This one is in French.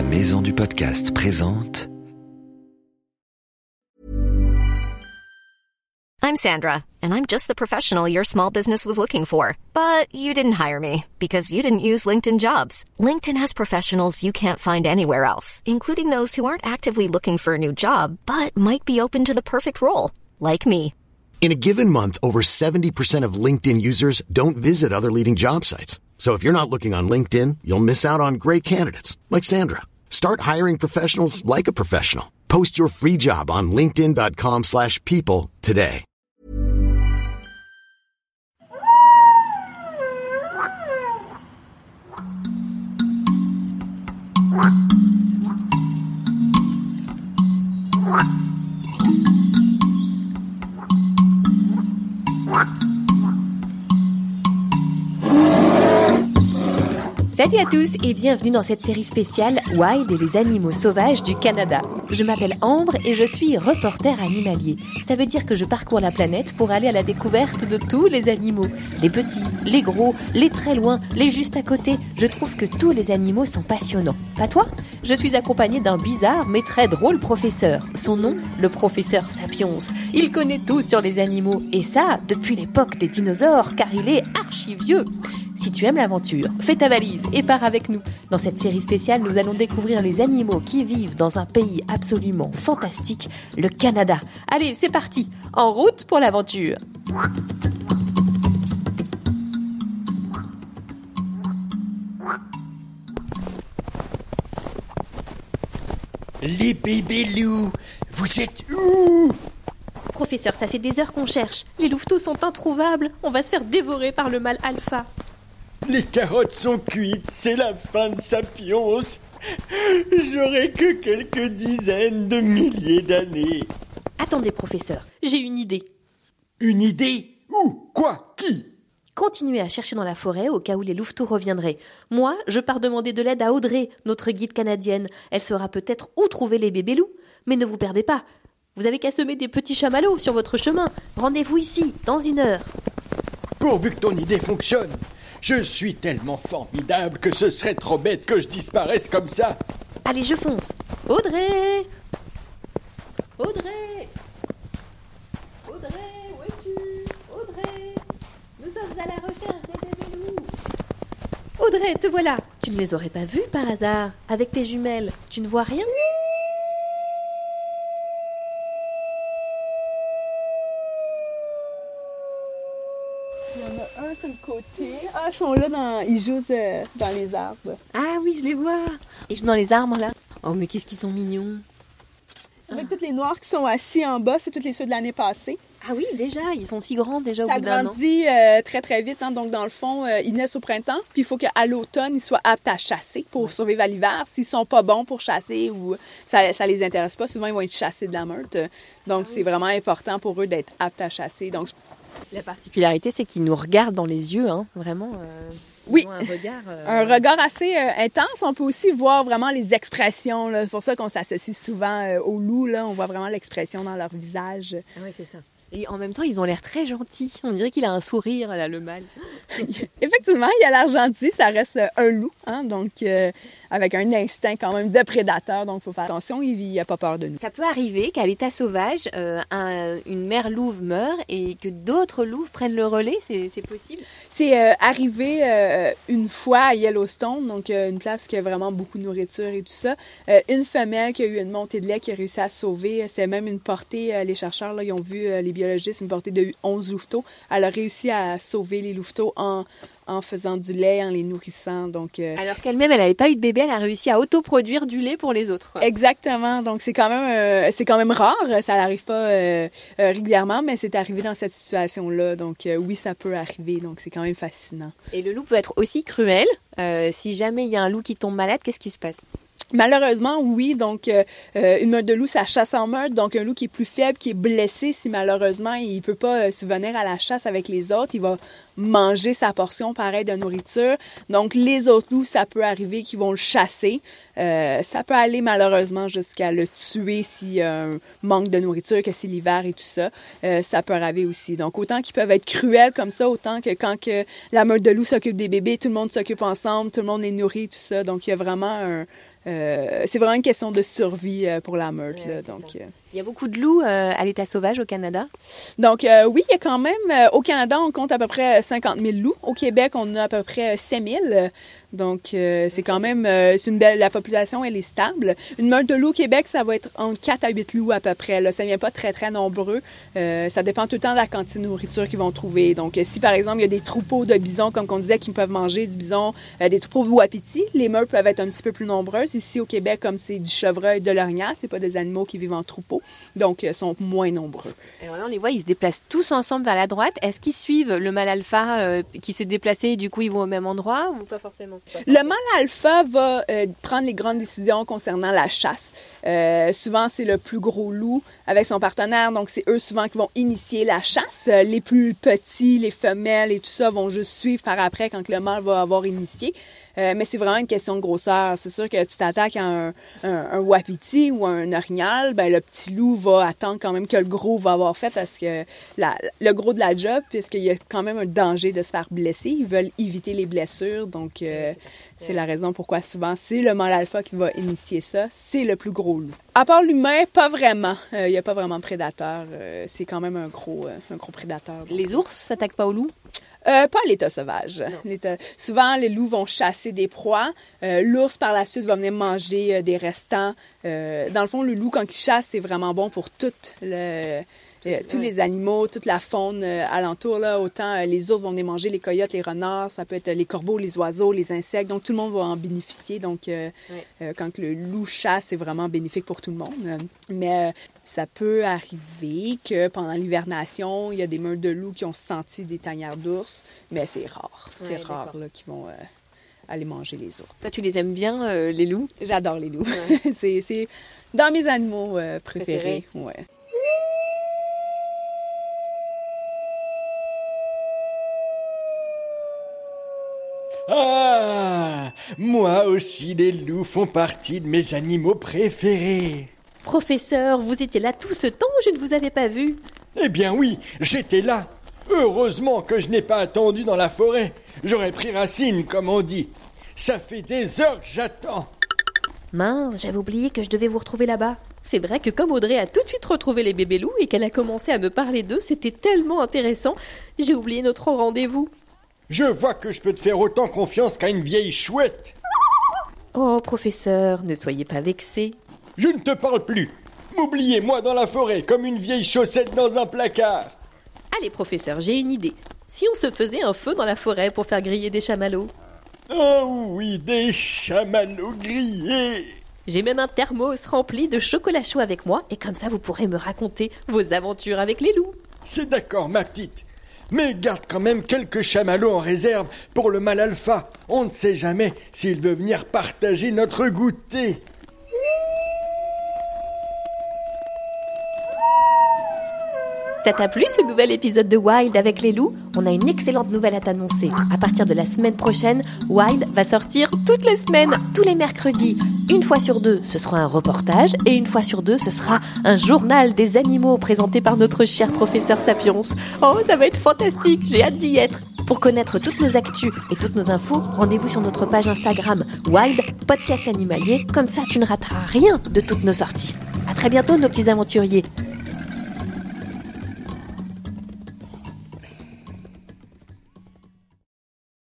Maison du Podcast présente... I'm Sandra, and I'm just the professional your small business was looking for. But you didn't hire me, because you didn't use LinkedIn Jobs. LinkedIn has professionals you can't find anywhere else, including those who aren't actively looking for a new job, but might be open to the perfect role, like me. In a given month, over 70% of LinkedIn users don't visit other leading job sites. So if you're not looking on LinkedIn, you'll miss out on great candidates, like Sandra. Start hiring professionals like a professional. Post your free job on linkedin.com/people today. Salut à tous et bienvenue dans cette série spéciale Wild et les animaux sauvages du Canada. Je m'appelle Ambre et je suis reporter animalier. Ça veut dire que je parcours la planète pour aller à la découverte de tous les animaux. Les petits, les gros, les très loin, les juste à côté. Je trouve que tous les animaux sont passionnants. Pas toi ? Je suis accompagnée d'un bizarre mais très drôle professeur. Son nom, le professeur Sapiens. Il connaît tout sur les animaux et ça, depuis l'époque des dinosaures car il est archi vieux. Si tu aimes l'aventure, fais ta valise et pars avec nous. Dans cette série spéciale, nous allons découvrir les animaux qui vivent dans un pays absolument fantastique, le Canada. Allez, c'est parti, en route pour l'aventure. Les bébés loups, vous êtes où ? Professeur, ça fait des heures qu'on cherche. Les louveteaux sont introuvables. On va se faire dévorer par le mâle alpha. Les carottes sont cuites, c'est la fin de Sapiens. J'aurai que quelques dizaines de milliers d'années. Attendez, professeur, j'ai une idée. Une idée ? Où ? Quoi ? Qui ? Continuez à chercher dans la forêt au cas où les louveteaux reviendraient. Moi, je pars demander de l'aide à Audrey, notre guide canadienne. Elle saura peut-être où trouver les bébés loups. Mais ne vous perdez pas. Vous avez qu'à semer des petits chamallows sur votre chemin. Rendez-vous ici, dans 1 heure. Pourvu que ton idée fonctionne. Je suis tellement formidable que ce serait trop bête que je disparaisse comme ça. Allez, je fonce. Audrey ! Audrey ! Audrey, où es-tu ? Audrey ! Nous sommes à la recherche des bébés loups. Audrey, te voilà. Tu ne les aurais pas vus par hasard ? Avec tes jumelles, tu ne vois rien ? Il y en a un sur le côté. Ah, ils sont là, ils jouent dans les arbres. Ah oui, je les vois. Ils jouent dans les arbres, là. Oh, mais qu'est-ce qu'ils sont mignons. C'est vrai que tous les noirs qui sont assis en bas, c'est tous les ceux de l'année passée. Ah oui, déjà, ils sont si grands déjà au Ça bout d'un an. grandit très très vite, hein. Donc dans le fond, ils naissent au printemps, puis il faut qu'à l'automne, ils soient aptes à chasser pour survivre à l'hiver. S'ils sont pas bons pour chasser ou ça les intéresse pas, souvent ils vont être chassés de la meute. Donc c'est vraiment important pour eux d'être aptes à chasser. Donc la particularité, c'est qu'ils nous regardent dans les yeux, hein, vraiment. Oui, ils ont un regard assez intense. On peut aussi voir vraiment les expressions. Là. C'est pour ça qu'on s'associe souvent aux loups. Là. On voit vraiment l'expression dans leur visage. Ah oui, c'est ça. Et en même temps, ils ont l'air très gentils. On dirait qu'il a un sourire, là, le mâle. Effectivement, il a l'air gentil. Ça reste un loup, hein, donc avec un instinct quand même de prédateur. Donc, il faut faire attention. Il n'a pas peur de nous. Ça peut arriver qu'à l'état sauvage, une mère louve meure et que d'autres louves prennent le relais. C'est possible? C'est arrivé une fois à Yellowstone, donc une place qui a vraiment beaucoup de nourriture et tout ça. Une femelle qui a eu une montée de lait qui a réussi à sauver. C'est même une portée. Les chercheurs, là, ils ont vu les biologiste, une portée de 11 louveteaux. Elle a réussi à sauver les louveteaux en faisant du lait, en les nourrissant. Donc, alors qu'elle-même, elle n'avait pas eu de bébé, elle a réussi à autoproduire du lait pour les autres. Quoi. Exactement. Donc, c'est quand même rare. Ça n'arrive pas régulièrement, mais c'est arrivé dans cette situation-là. Donc, oui, ça peut arriver. Donc, c'est quand même fascinant. Et le loup peut être aussi cruel. Si jamais il y a un loup qui tombe malade, qu'est-ce qui se passe? Malheureusement, oui. Donc, une meute de loup, ça chasse en meute. Donc, un loup qui est plus faible, qui est blessé, si malheureusement, il peut pas subvenir à la chasse avec les autres, il va manger sa portion pareil de nourriture. Donc, les autres loups, ça peut arriver qu'ils vont le chasser. Ça peut aller malheureusement jusqu'à le tuer s'il y a un manque de nourriture, que c'est l'hiver et tout ça. Ça peut arriver aussi. Donc, autant qu'ils peuvent être cruels comme ça, autant que quand que la meute de loups s'occupe des bébés, tout le monde s'occupe ensemble, tout le monde est nourri, tout ça. Donc, il y a vraiment c'est vraiment une question de survie pour la meute. Là, donc, il y a beaucoup de loups à l'état sauvage au Canada? Donc, oui, il y a quand même... au Canada, on compte à peu près 50 000 loups. Au Québec, on a à peu près 5 000. Donc, c'est quand même... c'est une belle... La population, elle est stable. Une meute de loups au Québec, ça va être entre 4 à 8 loups à peu près. Là. Ça ne vient pas très, très nombreux. Ça dépend tout le temps de la quantité de nourriture qu'ils vont trouver. Donc, si, par exemple, il y a des troupeaux de bisons, comme on disait, qui peuvent manger du bison, des troupeaux de wapitis, les meutes peuvent être un petit peu plus nombreuses. Ici, au Québec, comme c'est du chevreuil, de l'orignal, c'est pas des animaux qui vivent en troupeau. Donc, ils sont moins nombreux. Alors là, on les voit, ils se déplacent tous ensemble vers la droite. Est-ce qu'ils suivent le mâle alpha qui s'est déplacé et du coup, ils vont au même endroit ou pas forcément? Le mâle alpha va prendre les grandes décisions concernant la chasse. Souvent, c'est le plus gros loup avec son partenaire. Donc, c'est eux souvent qui vont initier la chasse. Les plus petits, les femelles et tout ça vont juste suivre par après quand le mâle va avoir initié. Mais c'est vraiment une question de grosseur. C'est sûr que tu t'attaques à un wapiti ou un orignal, ben le petit loup va attendre quand même que le gros va avoir fait parce que le gros de la job, puisqu'il y a quand même un danger de se faire blesser. Ils veulent éviter les blessures. Donc, c'est la raison pourquoi souvent c'est le mâle alpha qui va initier ça. C'est le plus gros loup. À part l'humain, pas vraiment. Il n'y a pas vraiment de prédateur. C'est quand même un gros prédateur. Donc. Les ours s'attaquent pas aux loups? Pas à l'état sauvage. Souvent, les loups vont chasser des proies. L'ours, par la suite, va venir manger des restants. Dans le fond, le loup, quand il chasse, c'est vraiment bon pour tous les animaux, toute la faune alentour. Là. Autant les ours vont venir manger les coyotes, les renards, ça peut être les corbeaux, les oiseaux, les insectes. Donc, tout le monde va en bénéficier. Donc, quand le loup chasse, c'est vraiment bénéfique pour tout le monde. Mais ça peut arriver que pendant l'hivernation, il y a des meutes de loups qui ont senti des tanières d'ours. Mais c'est rare. C'est rare là, qu'ils vont aller manger les ours. Toi, tu les aimes bien, les loups? J'adore les loups. Ouais. c'est dans mes animaux préférés. Ouais. Ah, moi aussi, les loups font partie de mes animaux préférés. Professeur, vous étiez là tout ce temps ou je ne vous avais pas vu? Eh bien oui, j'étais là. Heureusement que je n'ai pas attendu dans la forêt. J'aurais pris racine, comme on dit. Ça fait des heures que j'attends. Mince, j'avais oublié que je devais vous retrouver là-bas. C'est vrai que comme Audrey a tout de suite retrouvé les bébés loups et qu'elle a commencé à me parler d'eux, c'était tellement intéressant. J'ai oublié notre rendez-vous. Je vois que je peux te faire autant confiance qu'à une vieille chouette. Oh, professeur, ne soyez pas vexé. Je ne te parle plus. M'oubliez-moi dans la forêt comme une vieille chaussette dans un placard. Allez, professeur, j'ai une idée. Si on se faisait un feu dans la forêt pour faire griller des chamallows? Oh oui, des chamallows grillés. J'ai même un thermos rempli de chocolat chaud avec moi et comme ça vous pourrez me raconter vos aventures avec les loups. C'est d'accord, ma petite. Mais garde quand même quelques chamallows en réserve pour le mâle alpha. On ne sait jamais s'il veut venir partager notre goûter. Ça t'a plu ce nouvel épisode de Wild avec les loups? On a une excellente nouvelle à t'annoncer. À partir de la semaine prochaine, Wild va sortir toutes les semaines, tous les mercredis. Une fois sur deux, ce sera un reportage et une fois sur deux, ce sera un journal des animaux présenté par notre cher professeur Sapiens. Oh, ça va être fantastique, j'ai hâte d'y être. Pour connaître toutes nos actus et toutes nos infos, rendez-vous sur notre page Instagram Wild Podcast Animalier. Comme ça, tu ne rateras rien de toutes nos sorties. À très bientôt, nos petits aventuriers.